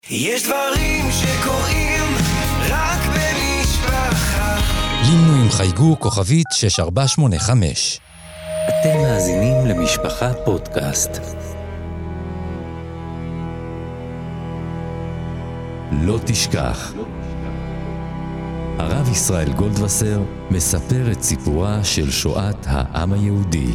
יש דברים שקורים רק במשפחה. לינו עם חייגו כוכבית 6485. אתם מאזינים למשפחה פודקאסט. לא תשכח. הרב ישראל גולדווסר מספר את סיפורה של שואת העם היהודי.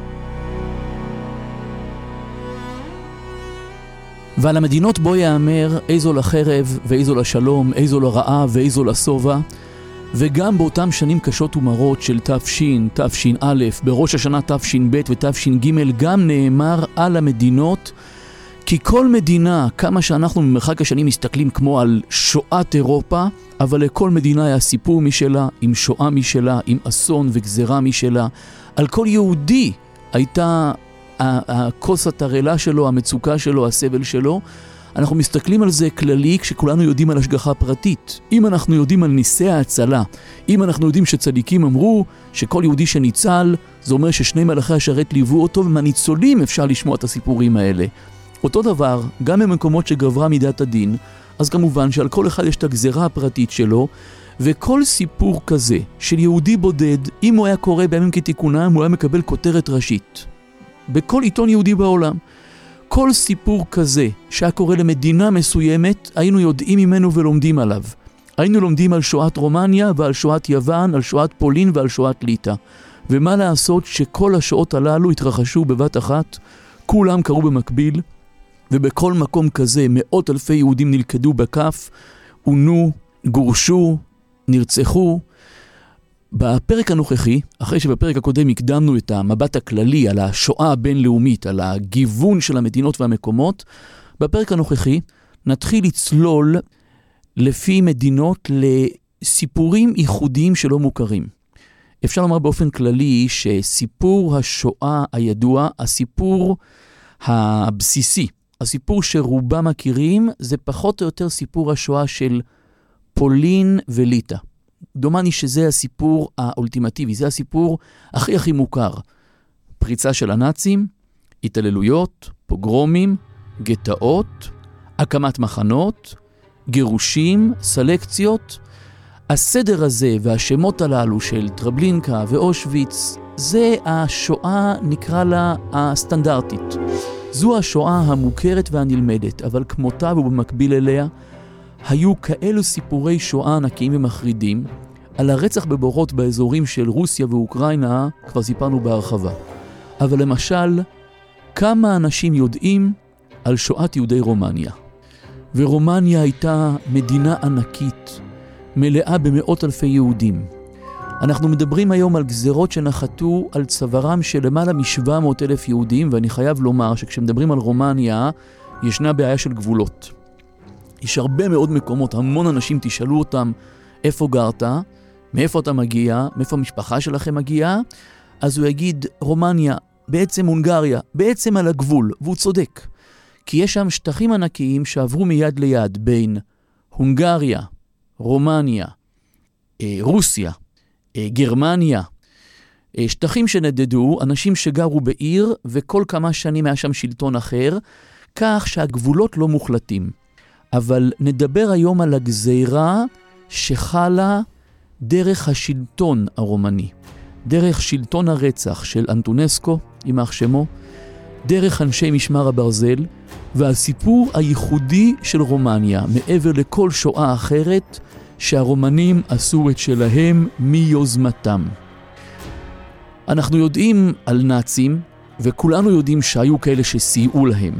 ועל המדינות בו יאמר איזו לחרב ואיזו לשלום, איזו לרעה ואיזו לשובע. וגם באותם שנים קשות ומרות של תש"א, בראש השנה תש"ב ותש"ג, גם נאמר על המדינות, כי כל מדינה, כמה שאנחנו ממרחק השנים מסתכלים כמו על שואת אירופה, אבל לכל מדינה היה סיפור משלה, עם שואה משלה, עם אסון וגזרה משלה. על כל יהודי הייתה הכוס התרלה שלו, המצוקה שלו, הסבל שלו. אנחנו מסתכלים על זה כללי כשכולנו יודעים על השגחה פרטית. אם אנחנו יודעים על ניסי ההצלה, אם אנחנו יודעים שצדיקים אמרו שכל יהודי שניצל, זה אומר ששני מלאכי השרת ליוו אותו, ומהניצולים אפשר לשמוע את הסיפורים האלה. אותו דבר, גם במקומות שגברה מידת הדין, אז כמובן שעל כל אחד יש את הגזרה הפרטית שלו, וכל סיפור כזה של יהודי בודד, אם הוא היה קורא בימים כתיקונם, הוא היה מקבל כותרת ראשית. בכל עיתון יהודי בעולם. כל סיפור כזה שהיה קורא למדינה מסוימת, היינו יודעים ממנו ולומדים עליו. היינו לומדים על שואת רומניה ועל שואת יוון, על שואת פולין ועל שואת ליטא. ומה לעשות שכל השואות הללו התרחשו בבת אחת, כולם קרו במקביל, ובכל מקום כזה מאות אלפי יהודים נלכדו בכף, עונו, גורשו, נרצחו. בפרק הנוכחי, אחרי שבפרק הקודם הקדמנו את המבט הכללי על השואה הבינלאומית, על הגיוון של המדינות והמקומות, בפרק הנוכחי נתחיל לצלול לפי מדינות לסיפורים ייחודיים שלא מוכרים. אפשר לומר באופן כללי שסיפור השואה הידוע, הסיפור הבסיסי, הסיפור שרובם מכירים, זה פחות או יותר סיפור השואה של פולין וליטא. דומני שזה הסיפור האולטימטיבי, זה הסיפור הכי מוכר. פריצה של הנאצים, התעללויות, פוגרומים, גטאות, הקמת מחנות, גירושים, סלקציות. הסדר הזה והשמות הללו של טרבלינקה ואושוויץ, זה השואה נקרא לה הסטנדרטית. זו השואה המוכרת והנלמדת, אבל כמותה ובמקביל אליה, היו כאלו סיפורי שואה ענקיים ומחרידים. על הרצח בבורות באזורים של רוסיה ואוקראינה כבר סיפרנו בהרחבה. אבל למשל, כמה אנשים יודעים על שואת יהודי רומניה? ורומניה הייתה מדינה ענקית, מלאה במאות אלפי יהודים. אנחנו מדברים היום על גזרות שנחתו על צווארם של למעלה מ-700,000 יהודים, ואני חייב לומר שכשמדברים על רומניה, ישנה בעיה של גבולות. יש הרבה מאוד מקומות, המון אנשים תשאלו אותם איפה גרת, מאיפה אתה מגיע, מאיפה המשפחה שלכם מגיעה, אז הוא יגיד רומניה, בעצם הונגריה, בעצם על הגבול, והוא צודק. כי יש שם שטחים ענקיים שעברו מיד ליד בין הונגריה, רומניה, רוסיה, גרמניה, שטחים שנדדו, אנשים שגרו בעיר, וכל כמה שנים היה שם שלטון אחר, כך שהגבולות לא מוחלטים. אבל נדבר היום על הגזירה שחלה דרך השלטון הרומני, דרך שלטון הרצח של אנטונסקו, יימח שמו, דרך אנשי משמר הברזל, והסיפור הייחודי של רומניה, מעבר לכל שואה אחרת, שהרומנים עשו את שלהם מיוזמתם. אנחנו יודעים על נאצים, וכולנו יודעים שהיו כאלה שסייעו להם.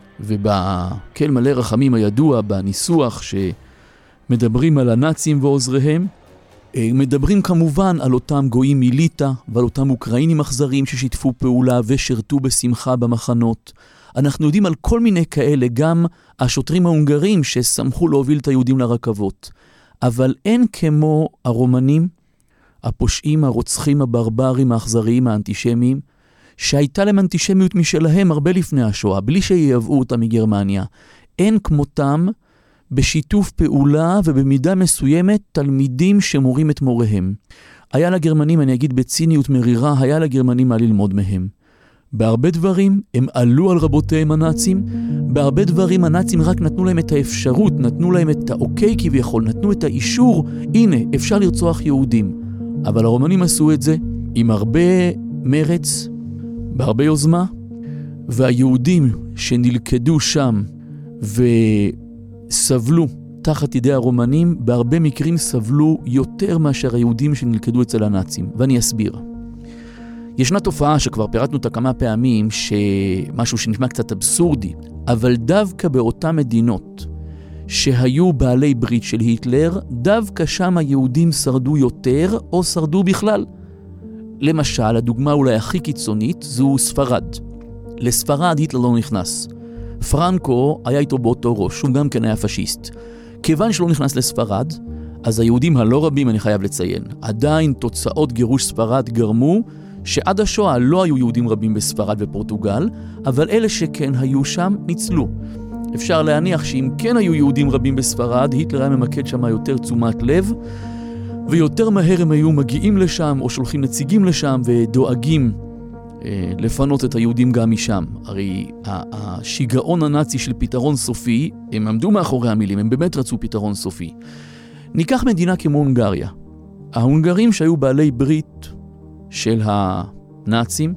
ובכל מלא רחמים הידוע, בניסוח שמדברים על הנאצים ועוזריהם, מדברים כמובן על אותם גויים מליטא ועל אותם אוקראינים אכזרים ששיתפו פעולה ושרתו בשמחה במחנות. אנחנו יודעים על כל מיני כאלה, גם השוטרים ההונגרים ששמחו להוביל את היהודים לרכבות. אבל אין כמו הרומנים, הפושעים, הרוצחים, הברברים, האכזריים, האנטישמיים, שהייתה להם אנטישמיות משלהם הרבה לפני השואה, בלי שיעברו אותם מגרמניה. אין כמותם בשיתוף פעולה ובמידה מסוימת תלמידים שמורים את מוריהם. היה לגרמנים, אני אגיד בציניות מרירה, היה לגרמנים מה ללמוד מהם. בהרבה דברים הם עלו על רבותיהם הנאצים, בהרבה דברים הנאצים רק נתנו להם את האפשרות, נתנו להם את האוקיי כביכול, נתנו את האישור, הנה, אפשר לרצוח יהודים. אבל הרומנים עשו את זה עם הרבה מרץ, בהרבה יוזמה, והיהודים שנלכדו שם וסבלו תחת ידי הרומנים, בהרבה מקרים סבלו יותר מאשר היהודים שנלכדו אצל הנאצים. ואני אסביר. ישנה תופעה שכבר פירטנו אותה כמה פעמים, שמשהו שנשמע קצת אבסורדי, אבל דווקא באותן מדינות שהיו בעלי ברית של היטלר, דווקא שם היהודים שרדו יותר או שרדו בכלל. למשל, הדוגמה אולי הכי קיצונית זו ספרד. לספרד היטלר לא נכנס. פרנקו היה איתו באותו ראש, הוא גם כן היה פשיסט. כיוון שלא נכנס לספרד, אז היהודים הלא רבים, אני חייב לציין, עדיין תוצאות גירוש ספרד גרמו שעד השואה לא היו יהודים רבים בספרד ופורטוגל, אבל אלה שכן היו שם ניצלו. אפשר להניח שאם כן היו יהודים רבים בספרד, היטלר היה ממקד שם יותר תשומת לב, ויותר מהר הם היו מגיעים לשם או שולחים נציגים לשם ודואגים לפנות את היהודים גם משם. הרי השיגעון הנאצי של פתרון סופי, הם עמדו מאחורי המילים, הם באמת רצו פתרון סופי. ניקח מדינה כמו הונגריה. ההונגרים שהיו בעלי ברית של הנאצים,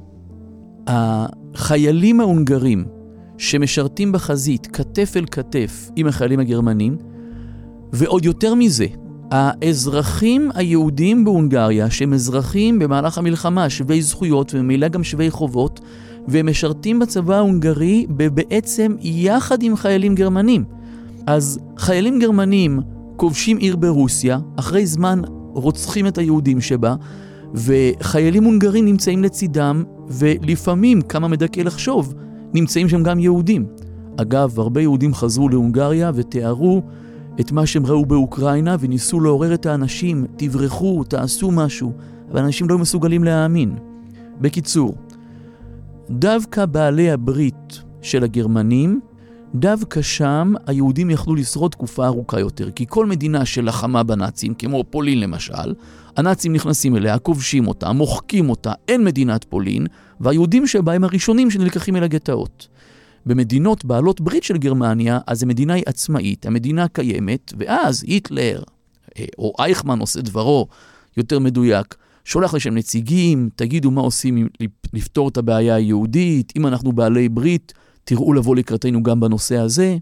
החיילים ההונגרים שמשרתים בחזית כתף אל כתף עם החיילים הגרמנים, ועוד יותר מזה, האזרחים היהודים בהונגריה שהם אזרחים במהלך המלחמה, שווי זכויות וממילא גם שווי חובות, והם משרתים בצבא ההונגרי בעצם יחד עם חיילים גרמנים. אז חיילים גרמנים כובשים עיר ברוסיה, אחרי זמן רוצחים את היהודים שבה, וחיילים הונגרים נמצאים לצידם, ולפעמים, כמה מדכא לחשוב, נמצאים שם גם יהודים. אגב, הרבה יהודים חזרו להונגריה ותיארו את מה שהם ראו באוקראינה, וניסו לעורר את האנשים, תברחו, תעשו משהו, אבל אנשים לא מסוגלים להאמין. בקיצור, דווקא בעלי הברית של הגרמנים, דווקא שם היהודים יכלו לשרוד תקופה ארוכה יותר, כי כל מדינה שלחמה בנאצים, כמו פולין למשל, הנאצים נכנסים אליה, כובשים אותה, מוחקים אותה, אין מדינת פולין, והיהודים שבה הם הראשונים שנלקחים אל הגטאות. במדינות בעלות ברית של גרמניה, אז המדינה היא עצמאית, המדינה קיימת, ואז היטלר, או אייכמן עושה דברו יותר מדויק, שולח לשם נציגים, תגידו מה עושים לפתור את הבעיה היהודית, אם אנחנו בעלי ברית, תראו לבוא לקראתנו גם בנושא הזה.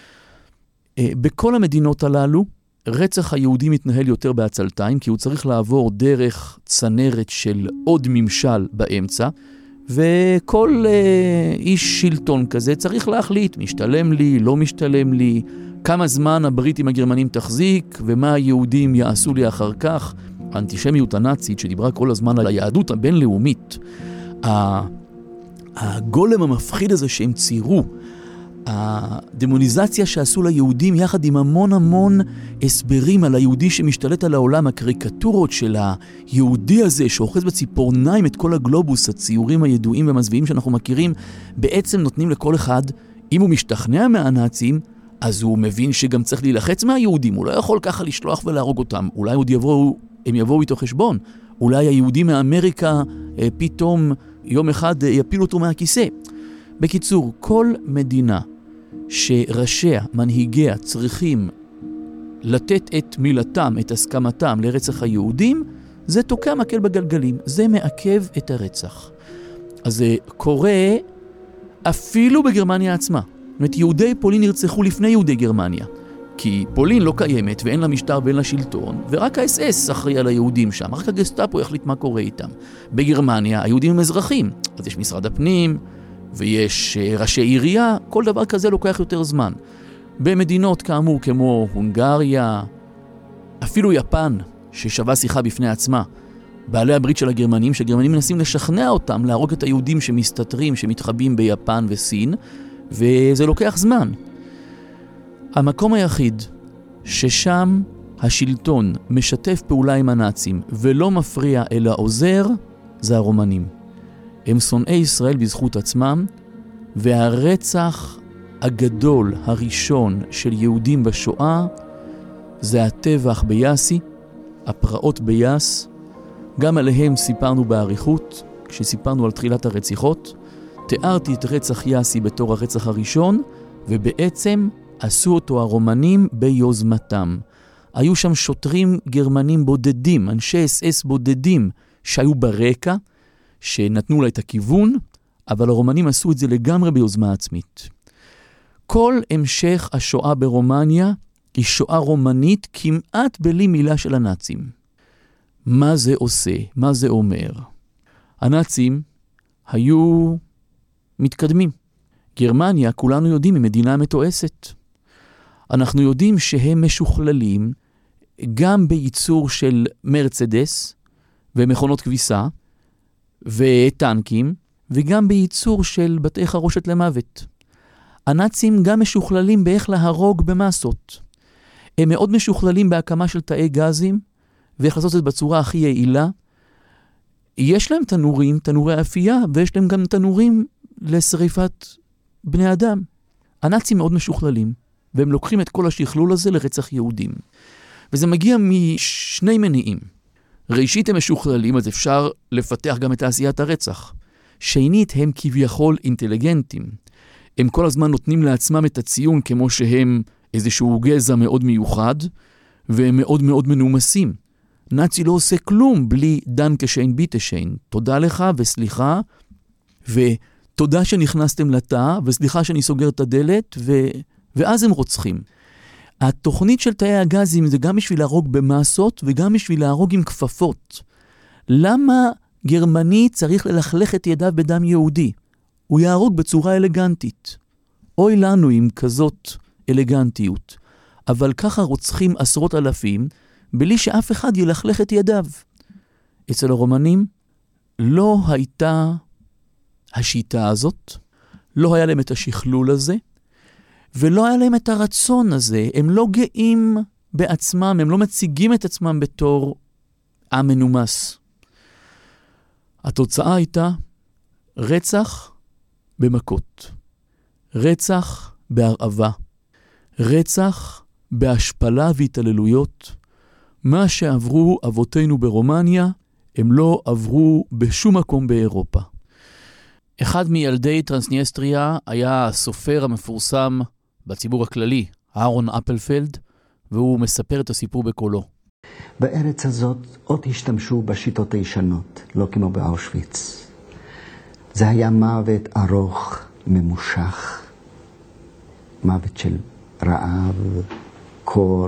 בכל המדינות הללו, רצח היהודי מתנהל יותר בעצלתיים, כי הוא צריך לעבור דרך צנרת של עוד ממשל באמצע, וכל איש שלטון כזה צריך להחליט, משתלם לי, לא משתלם לי, כמה זמן הברית עם הגרמנים תחזיק, ומה היהודים יעשו לי אחר כך. האנטישמיות הנאצית שדיברה כל הזמן על היהדות הבינלאומית, הגולם המפחיד הזה שהם ציירו, הדמוניזציה שעשו ליהודים יחד עם המון הסברים על היהודי שמשתלט על העולם, הקריקטורות של היהודי הזה שאוחז בציפורניים את כל הגלובוס, הציורים הידועים והמזוויעים שאנחנו מכירים, בעצם נותנים לכל אחד, אם הוא משתכנע מהנאצים, אז הוא מבין שגם צריך להילחץ מהיהודים, הוא לא יכול ככה לשלוח ולהרוג אותם, אולי עוד הם יבואו איתו חשבון, אולי היהודים מאמריקה פתאום יום אחד יפילו אותו מהכיסא. בקיצור, כל מדינה שראשיה, מנהיגיה, צריכים לתת את מילתם, את הסכמתם לרצח היהודים, זה תוקע מקל בגלגלים, זה מעכב את הרצח. אז זה קורה אפילו בגרמניה עצמה. זאת אומרת, יהודי פולין נרצחו לפני יהודי גרמניה, כי פולין לא קיימת ואין לה משטר ואין לה שלטון, ורק האס-אס אחראי על היהודים שם, רק הגסטאפו יחליט מה קורה איתם. בגרמניה היהודים הם אזרחים, אז יש משרד הפנים, ויש ראשי עירייה, כל דבר כזה לוקח יותר זמן. במדינות כאמור כמו הונגריה, אפילו יפן, ששווה שיחה בפני עצמה, בעלי הברית של הגרמנים, שהגרמנים מנסים לשכנע אותם להרוג את היהודים שמסתתרים, שמתחבאים ביפן וסין, וזה לוקח זמן. המקום היחיד ששם השלטון משתף פעולה עם הנאצים ולא מפריע אלא עוזר, זה הרומנים. הם שונאי ישראל בזכות עצמם, והרצח הגדול הראשון של יהודים בשואה זה הטבח ביאסי, הפרעות ביאס. גם עליהם סיפרנו בעריכות, כשסיפרנו על תחילת הרציחות, תיארתי את רצח יאסי בתור הרצח הראשון, ובעצם עשו אותו הרומנים ביוזמתם. היו שם שוטרים גרמנים בודדים, אנשי אס-אס בודדים שהיו ברקע, שנתנו לה את הכיוון, אבל הרומנים עשו את זה לגמרי ביוזמה עצמית. כל המשך השואה ברומניה היא שואה רומנית כמעט בלי מילה של הנאצים. מה זה עושה? מה זה אומר? הנאצים היו מתקדמים. גרמניה, כולנו יודעים, היא מדינה מתועסת. אנחנו יודעים שהם משוכללים גם בייצור של מרצדס ומכונות כביסה וטנקים, וגם בייצור של בתי חרושת למוות. הנאצים גם משוכללים באיך להרוג במסות. הם מאוד משוכללים בהקמה של תאי גזים, ואיך לעשות את זה בצורה הכי יעילה. יש להם תנורים, תנורי אפייה, ויש להם גם תנורים לשריפת בני אדם. הנאצים מאוד משוכללים, והם לוקחים את כל השכלול הזה לרצח יהודים. וזה מגיע משני מניעים. ראשית הם משוכללים, אז אפשר לפתח גם את תעשיית הרצח. שנית, הם כביכול אינטליגנטים. הם כל הזמן נותנים לעצמם את הציון כמו שהם איזשהו גזע מאוד מיוחד, והם מאוד מאוד מנומסים. נאצי לא עושה כלום בלי דנקה שיין ביטה שיין. תודה לך וסליחה, ותודה שנכנסתם לתא, וסליחה שאני סוגר את הדלת, ואז הם רוצחים. התוכנית של תאי הגזים זה גם בשביל להרוג במסות, וגם בשביל להרוג עם כפפות. למה גרמני צריך ללכלך את ידיו בדם יהודי? הוא יהרוג בצורה אלגנטית. אוי לנו עם כזאת אלגנטיות. אבל ככה רוצחים עשרות אלפים, בלי שאף אחד ילכלך את ידיו. אצל הרומנים לא הייתה השיטה הזאת, לא היה להם את השכלול הזה, ולא היה להם את הרצון הזה. הם לא גאים בעצמם, הם לא מציגים את עצמם בתור עם מנומס. התוצאה הייתה רצח במכות, רצח בהרעבה, רצח בהשפלה והתעללויות. מה שעברו אבותינו ברומניה, הם לא עברו בשום מקום באירופה. אחד מילדי טרנסניסטריה היה הסופר המפורסם בציבור הכללי, אהרון אפלפלד, והוא מספר את הסיפור בקולו. בארץ הזאת עוד השתמשו בשיטות הישנות, לא כמו באושוויץ. זה היה מוות ארוך, ממושך, מוות של רעב, קור,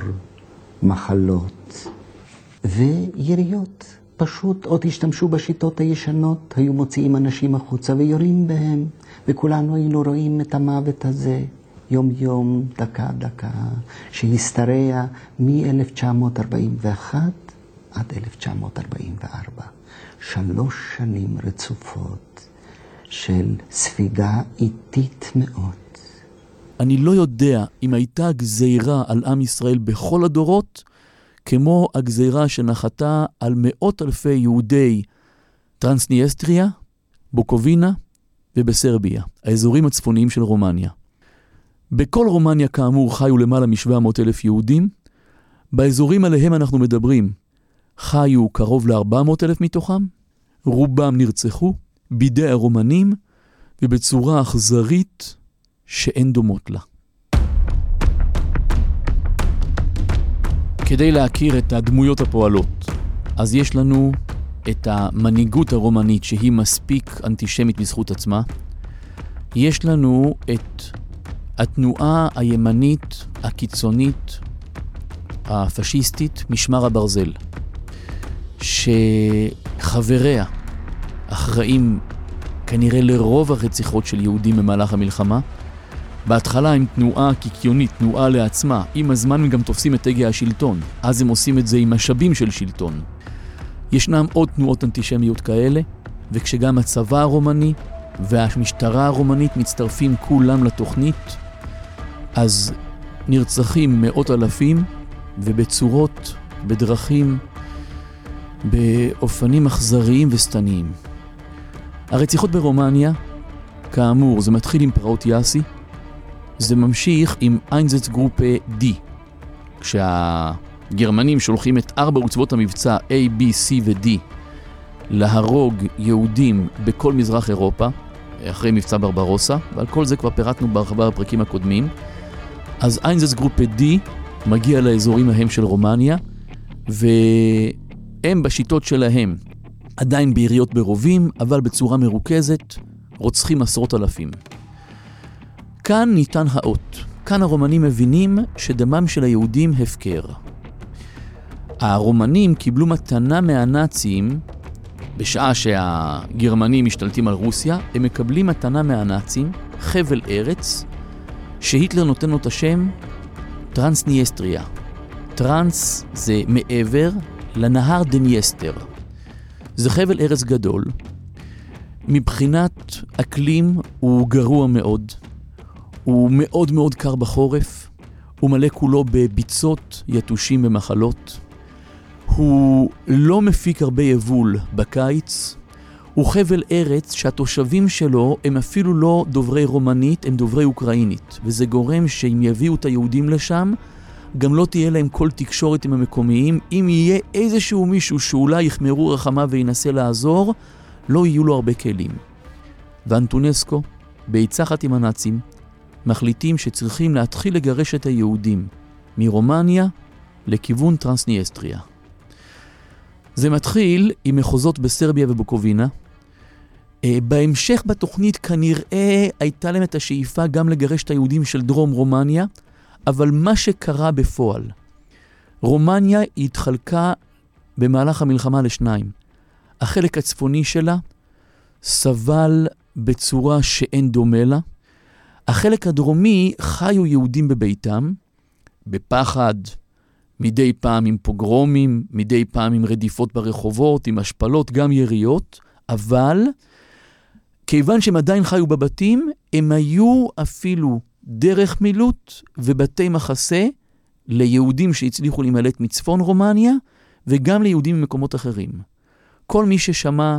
מחלות ויריות. פשוט עוד השתמשו בשיטות הישנות, היו מוציאים אנשים החוצה ויורים בהם, וכולנו היינו רואים את המוות הזה יום יום, דקה דקה, שהסתרע מ-1941 עד 1944. 3 שנים רצופות של ספיגה איטית מאוד. אני לא יודע אם הייתה גזירה על עם ישראל בכל הדורות, כמו הגזירה שנחתה על מאות אלפי יהודי טרנסניסטריה, בוקובינה ובסרביה, האזורים הצפוניים של רומניה. בכל רומניה כאמור חיו למעלה מ-700,000 יהודים. באזורים עליהם אנחנו מדברים חיו קרוב ל-400,000 מתוכם, רובם נרצחו בידי הרומנים ובצורה אכזרית שאין דומות לה. כדי להכיר את הדמויות הפועלות, אז יש לנו את המנהיגות הרומנית שהיא מספיק אנטישמית בזכות עצמה. יש לנו את התנועה הימנית, הקיצונית, הפשיסטית, משמר הברזל, שחבריה אחראים כנראה לרוב הרציחות של יהודים במהלך המלחמה. בהתחלה הם תנועה קיקיונית, תנועה לעצמה. עם הזמן הם גם תופסים את הגה השלטון. אז הם עושים את זה עם משאבים של שלטון. ישנם עוד תנועות אנטישמיות כאלה, וכשגם הצבא הרומני והמשטרה הרומנית מצטרפים כולם לתוכנית, אז נרצחים מאות אלפים, ובצורות, בדרכים, באופנים אכזריים וסתניים. הרציחות ברומניה, כאמור, זה מתחיל עם פרעות יאסי, זה ממשיך עם איינזצגרופה D, כשהגרמנים שולחים את 4 עוצבות המבצע A, B, C ו-D להרוג יהודים בכל מזרח אירופה. אחרי מבצע ברברוסה, ועל כל זה כבר פירטנו בהרחבה בפרקים הקודמים. אז איינזסגרופה D מגיע לאזורים ההם של רומניה, והם בשיטות שלהם עדיין ביריות ברובים, אבל בצורה מרוכזת, רוצחים עשרות אלפים. כאן ניתן האות. כאן הרומנים מבינים שדמם של היהודים הפקר. הרומנים קיבלו מתנה מהנאצים, בשעה שהגרמנים משתלטים על רוסיה, הם מקבלים מתנה מהנאצים, חבל ארץ, שהיטלר נותן לו את השם טרנסניאסטריה. טרנס זה מעבר לנהר דנייסטר. זה חבל ארץ גדול. מבחינת אקלים הוא גרוע מאוד. הוא מאוד מאוד קר בחורף. הוא מלא כולו בביצות, יתושים ומחלות. הוא לא מפיק הרבה יבול בקיץ. הוא חבל ארץ שהתושבים שלו הם אפילו לא דוברי רומנית, הם דוברי אוקראינית. וזה גורם שאם יביאו את היהודים לשם, גם לא תהיה להם כל תקשורת עם המקומיים. אם יהיה איזשהו מישהו שאולי יחמרו רחמה וינסה לעזור, לא יהיו לו הרבה כלים. ואנטונסקו, בעצת עם הנאצים, מחליטים שצריכים להתחיל לגרש את היהודים מרומניה לכיוון טרנסניאסטריה. זה מתחיל עם מחוזות בסרביה ובוקובינה. בהמשך בתוכנית כנראה הייתה להם את השאיפה גם לגרש את היהודים של דרום רומניה, אבל מה שקרה בפועל, רומניה התחלקה במהלך המלחמה לשניים. החלק הצפוני שלה סבל בצורה שאין דומה לה. החלק הדרומי חיו יהודים בביתם, בפחד, מדי פעם עם פוגרומים, מדי פעם עם רדיפות ברחובות, עם השפלות, גם יריות, אבל כיוון שהם עדיין חיו בבתים, הם היו אפילו דרך מילוט ובתי מחסה ליהודים שהצליחו להימלט מצפון רומניה, וגם ליהודים ממקומות אחרים. כל מי ששמע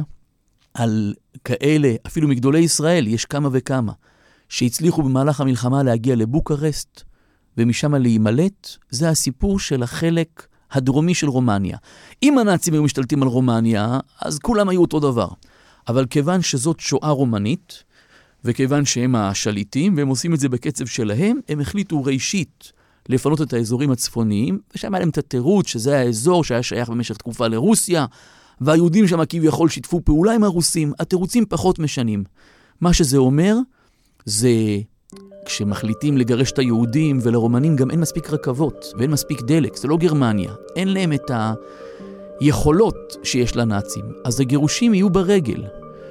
על כאלה, אפילו מגדולי ישראל, יש כמה וכמה, שהצליחו במהלך המלחמה להגיע לבוקרשט, ומשם להימלט, זה הסיפור של החלק הדרומי של רומניה. אם הנאצים היו משתלטים על רומניה, אז כולם היו אותו דבר. אבל כיוון שזאת שואה רומנית, וכיוון שהם השליטים, והם עושים את זה בקצב שלהם, הם החליטו ראשית לפנות את האזורים הצפוניים, ושם היה להם את התירוץ שזה האזור שהיה שייך במשך תקופה לרוסיה, והיהודים שם כביכול שיתפו פעולה עם הרוסים, התירוצים פחות משנים. מה שזה אומר, זה כשמחליטים לגרש את היהודים ולרומנים גם אין מספיק רכבות, ואין מספיק דלק, זה לא גרמניה, אין להם את היכולות שיש לנאצים, אז הגירושים יהיו ברגל.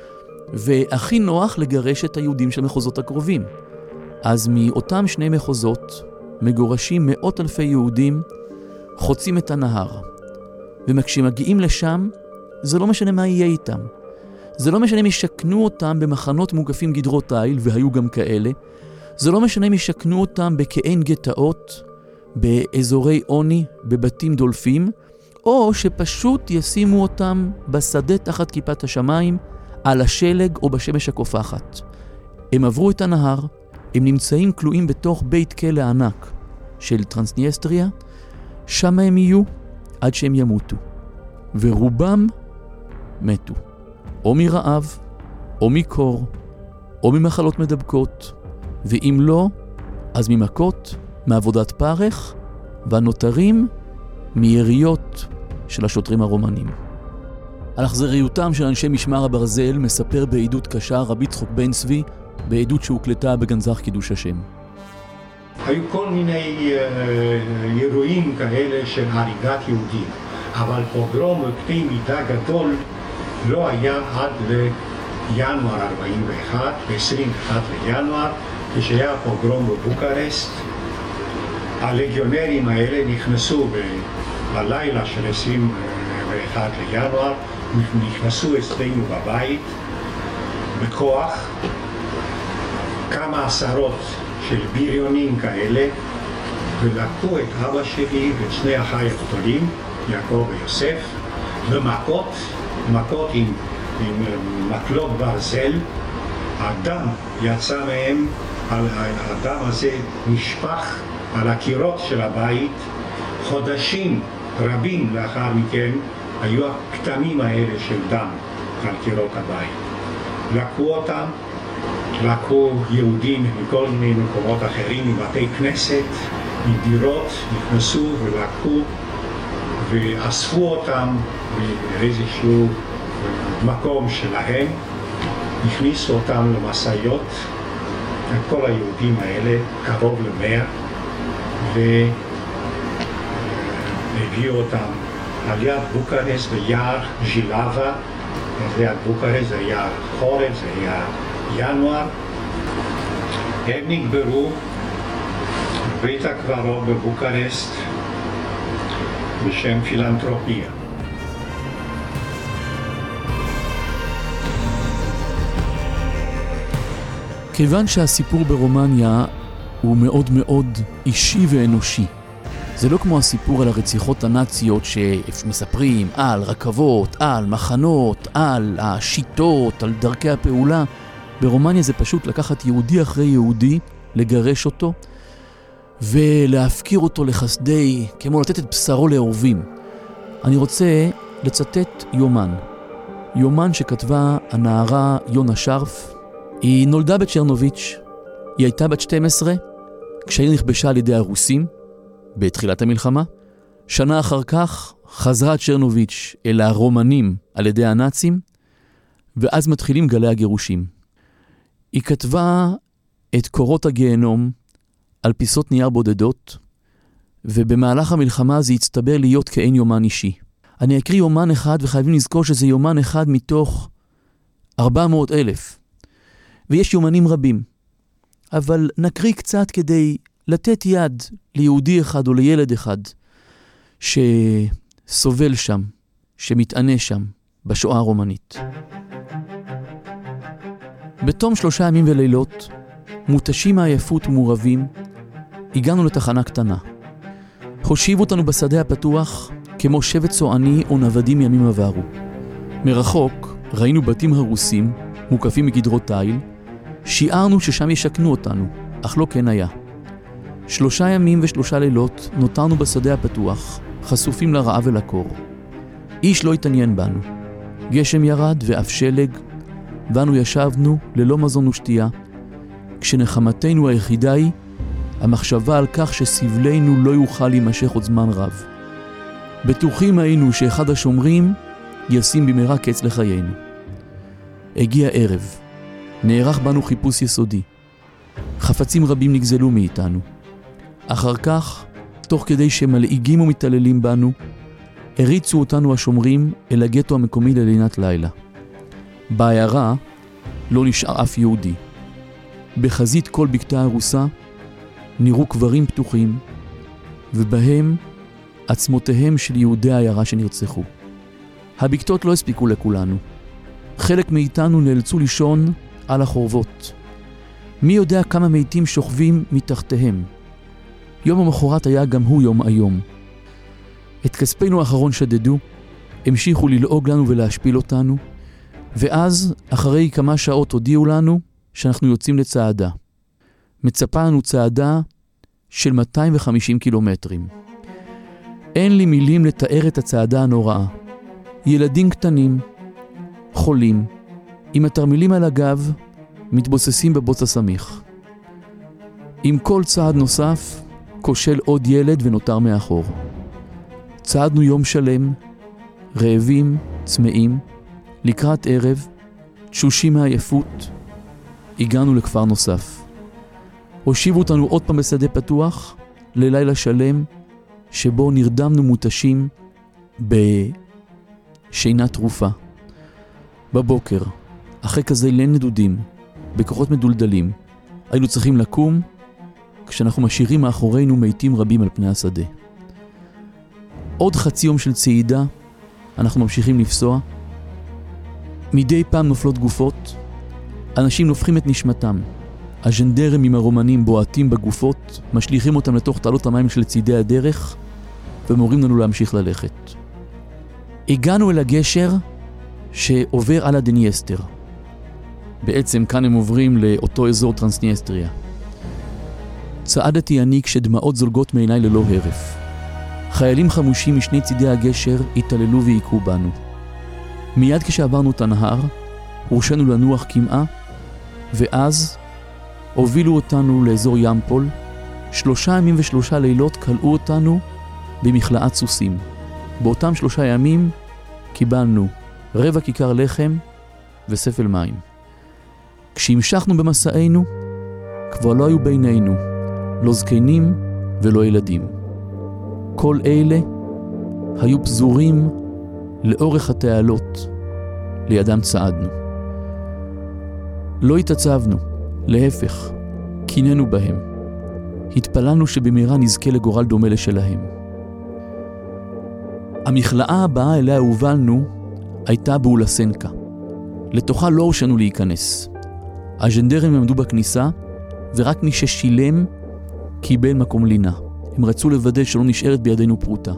והכי נוח לגרש את היהודים של מחוזות הקרובים. אז מאותם שני מחוזות מגורשים מאות אלפי יהודים, חוצים את הנהר. וכשמגיעים לשם, זה לא משנה מה יהיה איתם. זה לא משנה אם ישכנו אותם במחנות מוקפים גדרות איל, והיו גם כאלה. זה לא משנה אם ישכנו אותם בכעין גטאות, באזורי עוני, בבתים דולפים, או שפשוט ישימו אותם בשדה תחת כיפת השמיים, על השלג או בשמש הקופחת. הם עברו את הנהר, הם נמצאים כלואים בתוך בית כלא ענק של טרנסניאסטריה, שם הם יהיו עד שהם ימותו. ורובם מתו. או מרעב, או מקור, או ממחלות מדבקות, ואם לא, אז ממכות, מעבודת פרך, והנותרים מיריות של השוטרים הרומנים. על אכזריותם של אנשי משמר הברזל מספר בעדות קשה רבי יצחק בן צבי, בעדות שהוקלטה בגנזך קידוש השם. היו כל מיני אירועים כאלה של הריגת יהודים, אבל פוגרום בקנה מידה גדול לא היה עד לינואר 41, ב-21 לינואר, כשהיה פוגרום בבוקרשט. הלגיונרים האלה נכנסו בלילה של 21 לינואר, נכנסו אצלנו בבית בכוח, כמה עשרות של בריונים כאלה, ולקחו את אבא שלי ואת שני אחי הגדולים, יעקב ויוסף, במכות עם מקלות ברזל. הדם יצא מהם, הדם הזה נשפך על הקירות של הבית. חודשים רבים לאחר מכן היו הכתמים האלה של דם על קירות הבית. לקחו אותם לקחו יהודים מכל מיני מקומות אחרים, מבתי כנסת, מדירות, נכנסו ולקחו ואספו אותם באיזשהו מקום שלהם, הכניסו אותם למשאיות, כל היהודים האלה, קרוב ל100, והביאו אותם על יד בוקרשט ביער ז'ילאבה, זה יד בוקרשט, זה היה חורף, זה היה ינואר. הם נקברו בבית הקברות בבוקרשט בשם פילנתרופיה. כיוון שהסיפור ברומניה הוא מאוד מאוד אישי ואנושי. זה לא כמו הסיפור על הרציחות הנאציות שמספרים על רכבות, על מחנות, על השיטות, על דרכי הפעולה. ברומניה זה פשוט לקחת יהודי אחרי יהודי, לגרש אותו ולהפקיר אותו לחסדי, כמו לתת את בשרו לאורבים. אני רוצה לצטט יומן שכתבה הנערה יונה שרף. היא נולדה בצ'רנוביץ', היא הייתה בת 12 כשהיא נכבשה על ידי הרוסים בתחילת המלחמה. שנה אחר כך חזרה צ'רנוביץ' אל הרומנים על ידי הנאצים, ואז מתחילים גלי הגירושים. היא כתבה את קורות הגיהנום על פיסות נייר בודדות, ובמהלך המלחמה זה הצטבר להיות כאין יומן אישי. אני אקריא יומן אחד, וחייבים לזכור שזה יומן אחד מתוך 400,000. ויש יומנים רבים. אבל נקריא קצת כדי לתת יד ליהודי אחד או לילד אחד שסובל שם, שמתענה שם, בשואה הרומנית. בתום 3 ימים ולילות, מותשים מעייפות ומורבים, הגענו לתחנה קטנה. הושיבו אותנו בשדה הפתוח, כמו שבט צועני או נוודים ימים עברו. מרחוק ראינו בתים הרוסים, מוקפים מגדרות תיל, שיערנו ששם ישכנו אותנו, אך לא כן היה. 3 ימים ו3 לילות נותרנו בשדה הפתוח, חשופים לרעב ולקור. איש לא התעניין בנו. גשם ירד ואף שלג, ואנו ישבנו ללא מזון ושתייה, כשנחמתנו היחידה היא המחשבה על כך שסבלנו לא יוכל להימשך עוד זמן רב. בטוחים היינו שאחד השומרים ישים במהרה קץ לחיינו. הגיע ערב. נערך בנו חיפוש יסודי. חפצים רבים נגזלו מאיתנו. אחר כך, תוך כדי שמלעיגים ומתעללים בנו, הריצו אותנו השומרים אל הגטו המקומי ללינת לילה. בעיירה לא נשאר אף יהודי. בחזית כל בקתה הרוסה נראו קברים פתוחים, ובהם עצמותיהם של יהודי העיירה שנרצחו. הבקתות לא הספיקו לכולנו. חלק מאיתנו נאלצו לישון על החורבות. מי יודע כמה מתים שוכבים מתחתיהם. יום המחרת היה גם הוא יום היום. את כספינו האחרון שדדו, המשיכו ללעוג לנו ולהשפיל אותנו, ואז אחרי כמה שעות הודיעו לנו שאנחנו יוצאים לצעדה. מצפה לנו צעדה של 250 קילומטרים. אין לי מילים לתאר את הצעדה הנוראה. ילדים קטנים, חולים, עם התרמילים על הגב, מתבוססים בבוץ הסמיך. עם כל צעד נוסף, כושל עוד ילד ונותר מאחור. צעדנו יום שלם, רעבים, צמאים, לקראת ערב, תשושים מעייפות, הגענו לכפר נוסף. הושיבו אותנו עוד פעם בשדה פתוח, ללילה שלם, שבו נרדמנו מותשים בשינה תרופה. בבוקר, אחרי כזה ליל נדודים, בכוחות מדולדלים, היינו צריכים לקום, כשאנחנו משאירים מאחורינו מתים רבים על פני השדה. עוד חצי יום של צעידה, אנחנו ממשיכים לפסוע. מדי פעם נופלות גופות, אנשים נופחים את נשמתם. הז'נדרים עם הרומנים בועטים בגופות, משליכים אותם לתוך תעלות המים של צידי הדרך, ומורים לנו להמשיך ללכת. הגענו אל הגשר שעובר על הדנייסטר. בעצם כאן הם עוברים לאותו אזור טרנסניסטריה. צעדתי אני כשדמעות זולגות מעיניי ללא הרף. חיילים חמושים משני צידי הגשר התעללו והיכו בנו. מיד כשעברנו את הנהר, הורשנו לנוח כמעה, ואז הובילו אותנו לאזור ימפול. 3 ימים ו3 לילות קלעו אותנו במכלאת סוסים. באותם 3 ימים קיבלנו רבע כיכר לחם וספל מים. כשהמשכנו במסענו, כבר לא היו בינינו לא זקנים ולא ילדים. כל אלה היו פזורים לאורך התעלות, לידם צעדנו. לא התעצבנו, להפך, קיננו בהם. התפללנו שבמהרה נזכה לגורל דומה לשלהם. המכלאה הבאה אליה הובלנו הייתה באולסנקה. לתוכה לא הורשנו להיכנס. הז'נדרים עמדו בכניסה, ורק מי ששילם קיבל מקום לינה. הם רצו לוודא שלא נשארת בידינו פרוטה.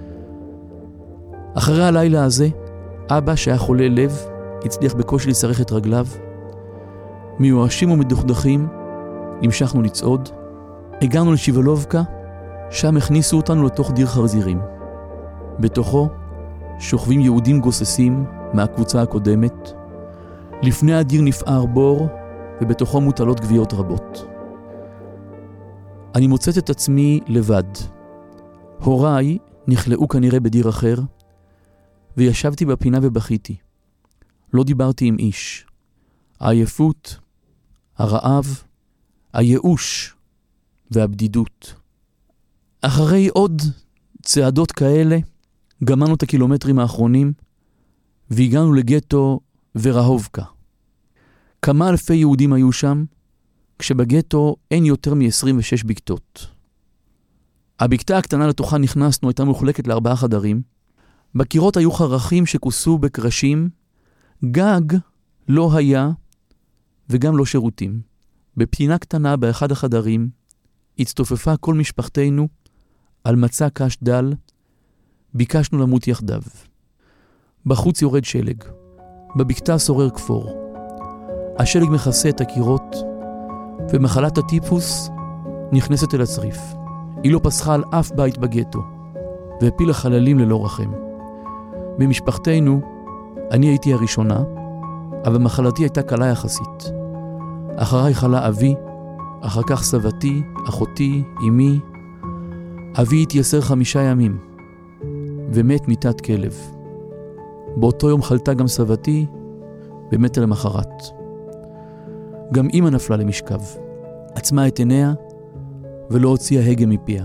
אחרי הלילה הזה, אבא שהיה חולה לב, הצליח בקושי לצרך את רגליו. מיואשים ומדוכדכים, המשכנו לצעוד. הגענו לשיבלובקה, שם הכניסו אותנו לתוך דיר חרזירים. בתוכו שוכבים יהודים גוססים מהקבוצה הקודמת. לפני הדיר נפער בור, ובתוכו מוטלות גוויות רבות. אני מוצאת את עצמי לבד. הוריי נכלאו כנראה בדיר אחר, וישבתי בפינה ובכיתי. לא דיברתי עם איש. העייפות, הרעב, הייאוש והבדידות. אחרי עוד צעדות כאלה, גמרנו את הקילומטרים האחרונים, והגענו לגטו ורהובקה. כמה אלפי יהודים היו שם, כשבגטו אין יותר מ-26 בקתות. הבקתה הקטנה לתוכה נכנסנו הייתה מחולקת ל4 חדרים. בקירות היו חרכים שכוסו בקרשים, גג לא היה וגם לא שירותים. בפתינה קטנה באחד החדרים הצטופפה כל משפחתנו על מצע קש דל, ביקשנו למות יחדיו. בחוץ יורד שלג, בבקתה שורר כפור. השלג מכסה את הקירות, ומחלת הטיפוס נכנסת אל הצריף. היא לא פסחה על אף בית בגטו, והפילה חללים ללא רחם. במשפחתנו, אני הייתי הראשונה, אבל מחלתי הייתה קלה יחסית. אחריי חלה אבי, אחר כך סבתי, אחותי, אמי. אבי התייסר 5 ימים, ומת מיטת כלב. באותו יום חלתה גם סבתי, ומתה למחרת. גם אמא נפלה למשכב, עצמה את עיניה, ולא הוציאה הגה מפיה.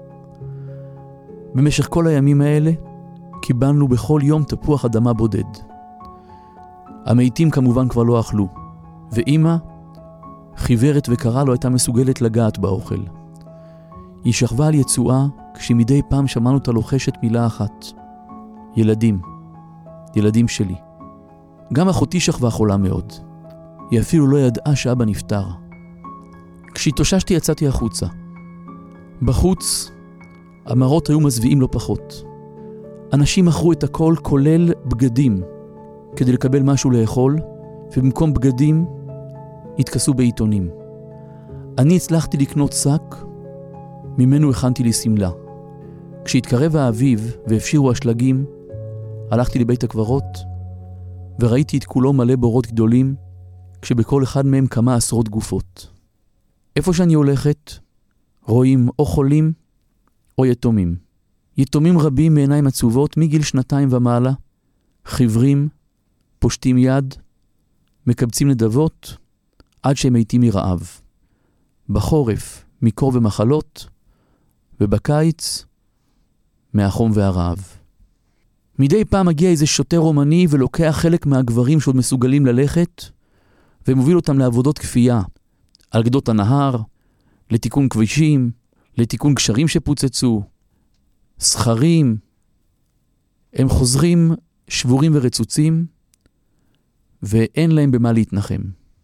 במשך כל הימים האלה, קיבלנו בכל יום תפוח אדמה בודד. המתים כמובן כבר לא אכלו, ואמא, חיוורת וקרה, לא הייתה מסוגלת לגעת באוכל. היא שכבה על יצואה, כשמדי פעם שמענו אותה לוחשת מילה אחת. ילדים. ילדים שלי. גם אחותי שכבה חולה מאוד. היא אפילו לא ידעה שאבא נפטר. כשהתאוששתי יצאתי החוצה. בחוץ, המראות היו מזוויעים לא פחות. אנשים מכרו את הכל כולל בגדים, כדי לקבל משהו לאכול, ובמקום בגדים, התכסו בעיתונים. אני הצלחתי לקנות שק, ממנו הכנתי לי סמלה. כשהתקרב האביב והפשירו השלגים, הלכתי לבית הקברות, וראיתי את כולו מלא בורות גדולים, כשבכל אחד מהם כמה עשרות גופות. איפה שאני הולכת, רואים או חולים או יתומים. יתומים רבים מעיניים עצובות מגיל 2 ומעלה, חיוורים, פושטים יד, מקבצים נדבות, עד שהם מתים מרעב. בחורף, מקור ומחלות, ובקיץ, מהחום והרעב. מדי פעם מגיע איזה שוטר רומני ולוקח חלק מהגברים שעוד מסוגלים ללכת, ומוביל אותם לעבודות כפייה, על גדות הנהר, לתיקון כבישים, לתיקון גשרים שפוצצו, סחרים. הם חוזרים שבורים ורצוצים, ואין להם במה להתנחם.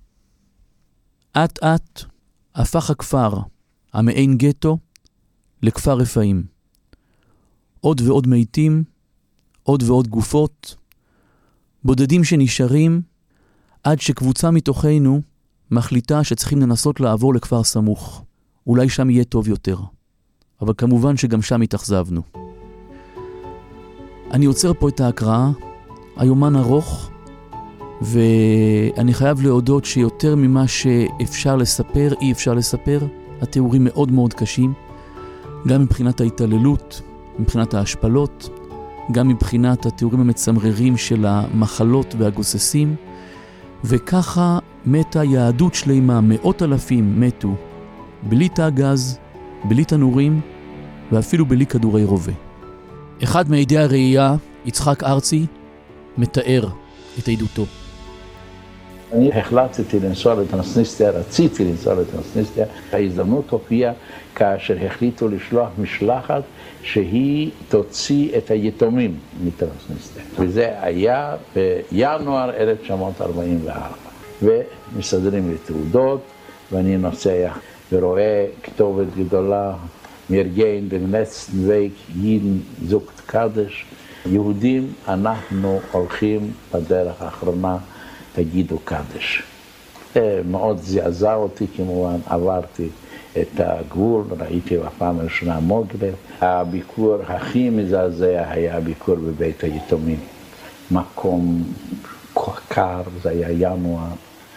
עט עט הפך הכפר, המעין גטו, לכפר רפאים. עוד ועוד מתים, עוד ועוד גופות, בודדים שנשארים, עד שקבוצה מתוכנו מחליטה שצריכים לנסות לעבור לכפר סמוך. אולי שם יהיה טוב יותר. אבל כמובן שגם שם התאכזבנו. אני עוצר פה את ההקראה, היומן ארוך, ואני חייב להודות שיותר ממה שאפשר לספר, אי אפשר לספר. התיאורים מאוד מאוד קשים, גם מבחינת ההתעללות, מבחינת ההשפלות, גם מבחינת התיאורים המצמררים של המחלות והגוססים, וככה מתה יהדות שלמה, מאות אלפים מתו, בלי תא גז, בלי תנורים, ואפילו בלי כדורי רובה. אחד מעדי הראייה, יצחק ארצי, מתאר את עדותו. אני החלטתי לנסוע לטרנסניסטריה, רציתי לנסוע לטרנסניסטריה. ההזדמנות הופיעה כאשר החליטו לשלוח משלחת שהיא תוציא את היתומים מטרנסניסטריה. וזה היה בינואר 1944. ומסדרים לי תעודות, ואני נוסע ורואה כתובת גדולה, מרגן דנצן וייק יידן זוגט קדש. יהודים, אנחנו הולכים בדרך האחרונה, תגידו קדש. מאוד זעזע אותי כמובן, עברתי את הגבול, ראיתי בפעם הראשונה מוגלה. הביקור הכי מזעזע היה הביקור בבית היתומים. מקום קר, זה היה ינואר.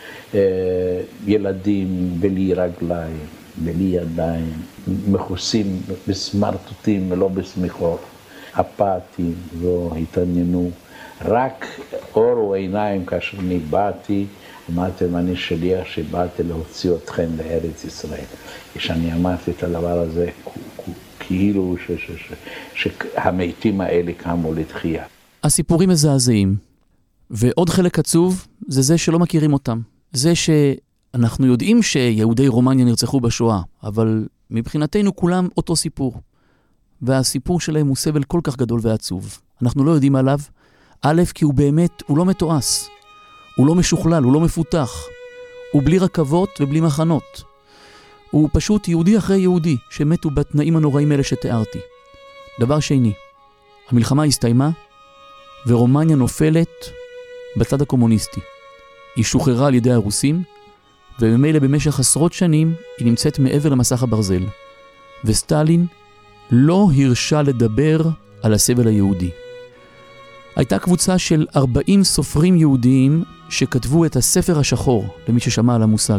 ילדים בלי רגליים, בלי ידיים, מכוסים בסמרטוטים ולא בסמיכות. אפתיים, לא התעניינו. רק אור ועיניים כאשר אני באתי, אמרתם אני שליח שבאתי להוציא אתכם לארץ ישראל. כשאני אמרתי את הדבר הזה, כאילו שהמתים האלה קמו לתחייה. הסיפורים מזעזעים, ועוד חלק עצוב זה זה שלא מכירים אותם. זה שאנחנו יודעים שיהודי רומניה נרצחו בשואה, אבל מבחינתנו כולם אותו סיפור. והסיפור שלהם הוא סבל כל כך גדול ועצוב. אנחנו לא יודעים עליו, א', כי הוא באמת, הוא לא מתועש, הוא לא משוכלל, הוא לא מפותח, הוא בלי רכבות ובלי מחנות. הוא פשוט יהודי אחרי יהודי שמתו בתנאים הנוראים האלה שתיארתי. דבר שני, המלחמה הסתיימה ורומניה נופלת בצד הקומוניסטי. היא שוחררה על ידי הרוסים, ובמילא במשך עשרות שנים היא נמצאת מעבר למסך הברזל. וסטלין לא הרשה לדבר על הסבל היהודי. הייתה קבוצה של 40 סופרים יהודיים שכתבו את הספר השחור, למי ששמע על המושג.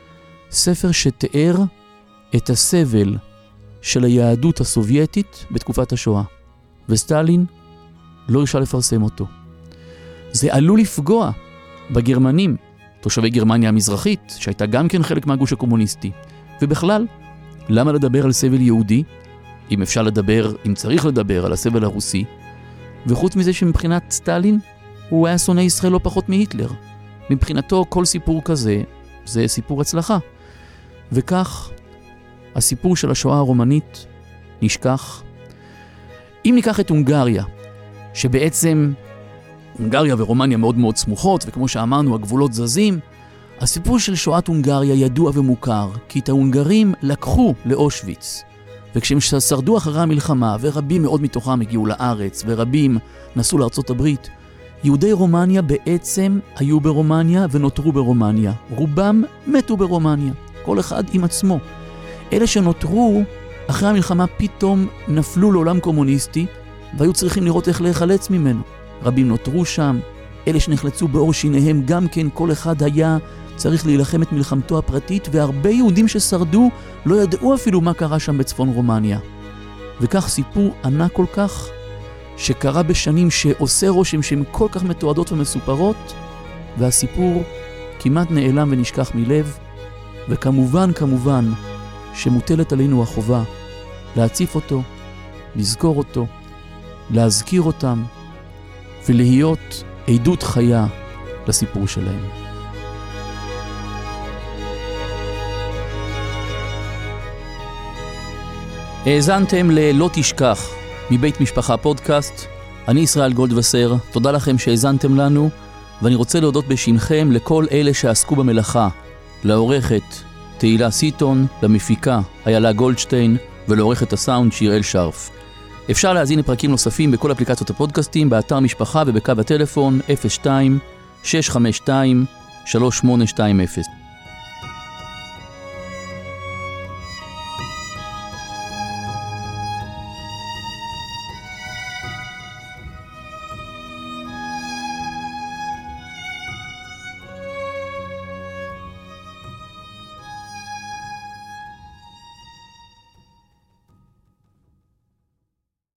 ספר שתיאר את הסבל של היהדות הסובייטית בתקופת השואה. וסטלין לא הרשה לפרסם אותו. זה עלול לפגוע בגרמנים, תושבי גרמניה המזרחית, שהייתה גם כן חלק מהגוש הקומוניסטי. ובכלל, למה לדבר על סבל יהודי? אם אפשר לדבר, אם צריך לדבר על הסבל הרוסי, וחוץ מזה שמבחינת סטלין, הוא היה שונא ישראל לא פחות מהיטלר. מבחינתו כל סיפור כזה, זה סיפור הצלחה. וכך, הסיפור של השואה הרומנית נשכח. אם ניקח את הונגריה, שבעצם הונגריה ורומניה מאוד מאוד סמוכות, וכמו שאמרנו, הגבולות זזים, הסיפור של שואת הונגריה ידוע ומוכר, כי את ההונגרים לקחו לאושוויץ. וכשהם שרדו אחרי המלחמה, ורבים מאוד מתוכם הגיעו לארץ, ורבים נסעו לארצות הברית, יהודי רומניה בעצם היו ברומניה ונותרו ברומניה. רובם מתו ברומניה, כל אחד עם עצמו. אלה שנותרו אחרי המלחמה פתאום נפלו לעולם קומוניסטי, והיו צריכים לראות איך להיחלץ ממנו. רבים נותרו שם, אלה שנחלצו באור שיניהם גם כן, כל אחד היה צריך להילחם את מלחמתו הפרטית, והרבה יהודים ששרדו לא ידעו אפילו מה קרה שם בצפון רומניה. וכך סיפור ענק כל כך, שקרה בשנים שעושה רושם שהן כל כך מתועדות ומסופרות, והסיפור כמעט נעלם ונשכח מלב, וכמובן, שמוטלת עלינו החובה להציף אותו, לזכור אותו, להזכיר אותם, ולהיות עדות חיה לסיפור שלהם. האזנתם ל"לא תשכח" מבית משפחה פודקאסט. אני ישראל גולדווסר, תודה לכם שהאזנתם לנו, ואני רוצה להודות בשמכם לכל אלה שעסקו במלאכה, לעורכת תהילה סיטון, למפיקה איילה גולדשטיין, ולעורכת הסאונד שיראל שרף. אפשר להזין לפרקים נוספים בכל אפליקציות הפודקאסטים, באתר משפחה ובקו הטלפון 02-652-3820.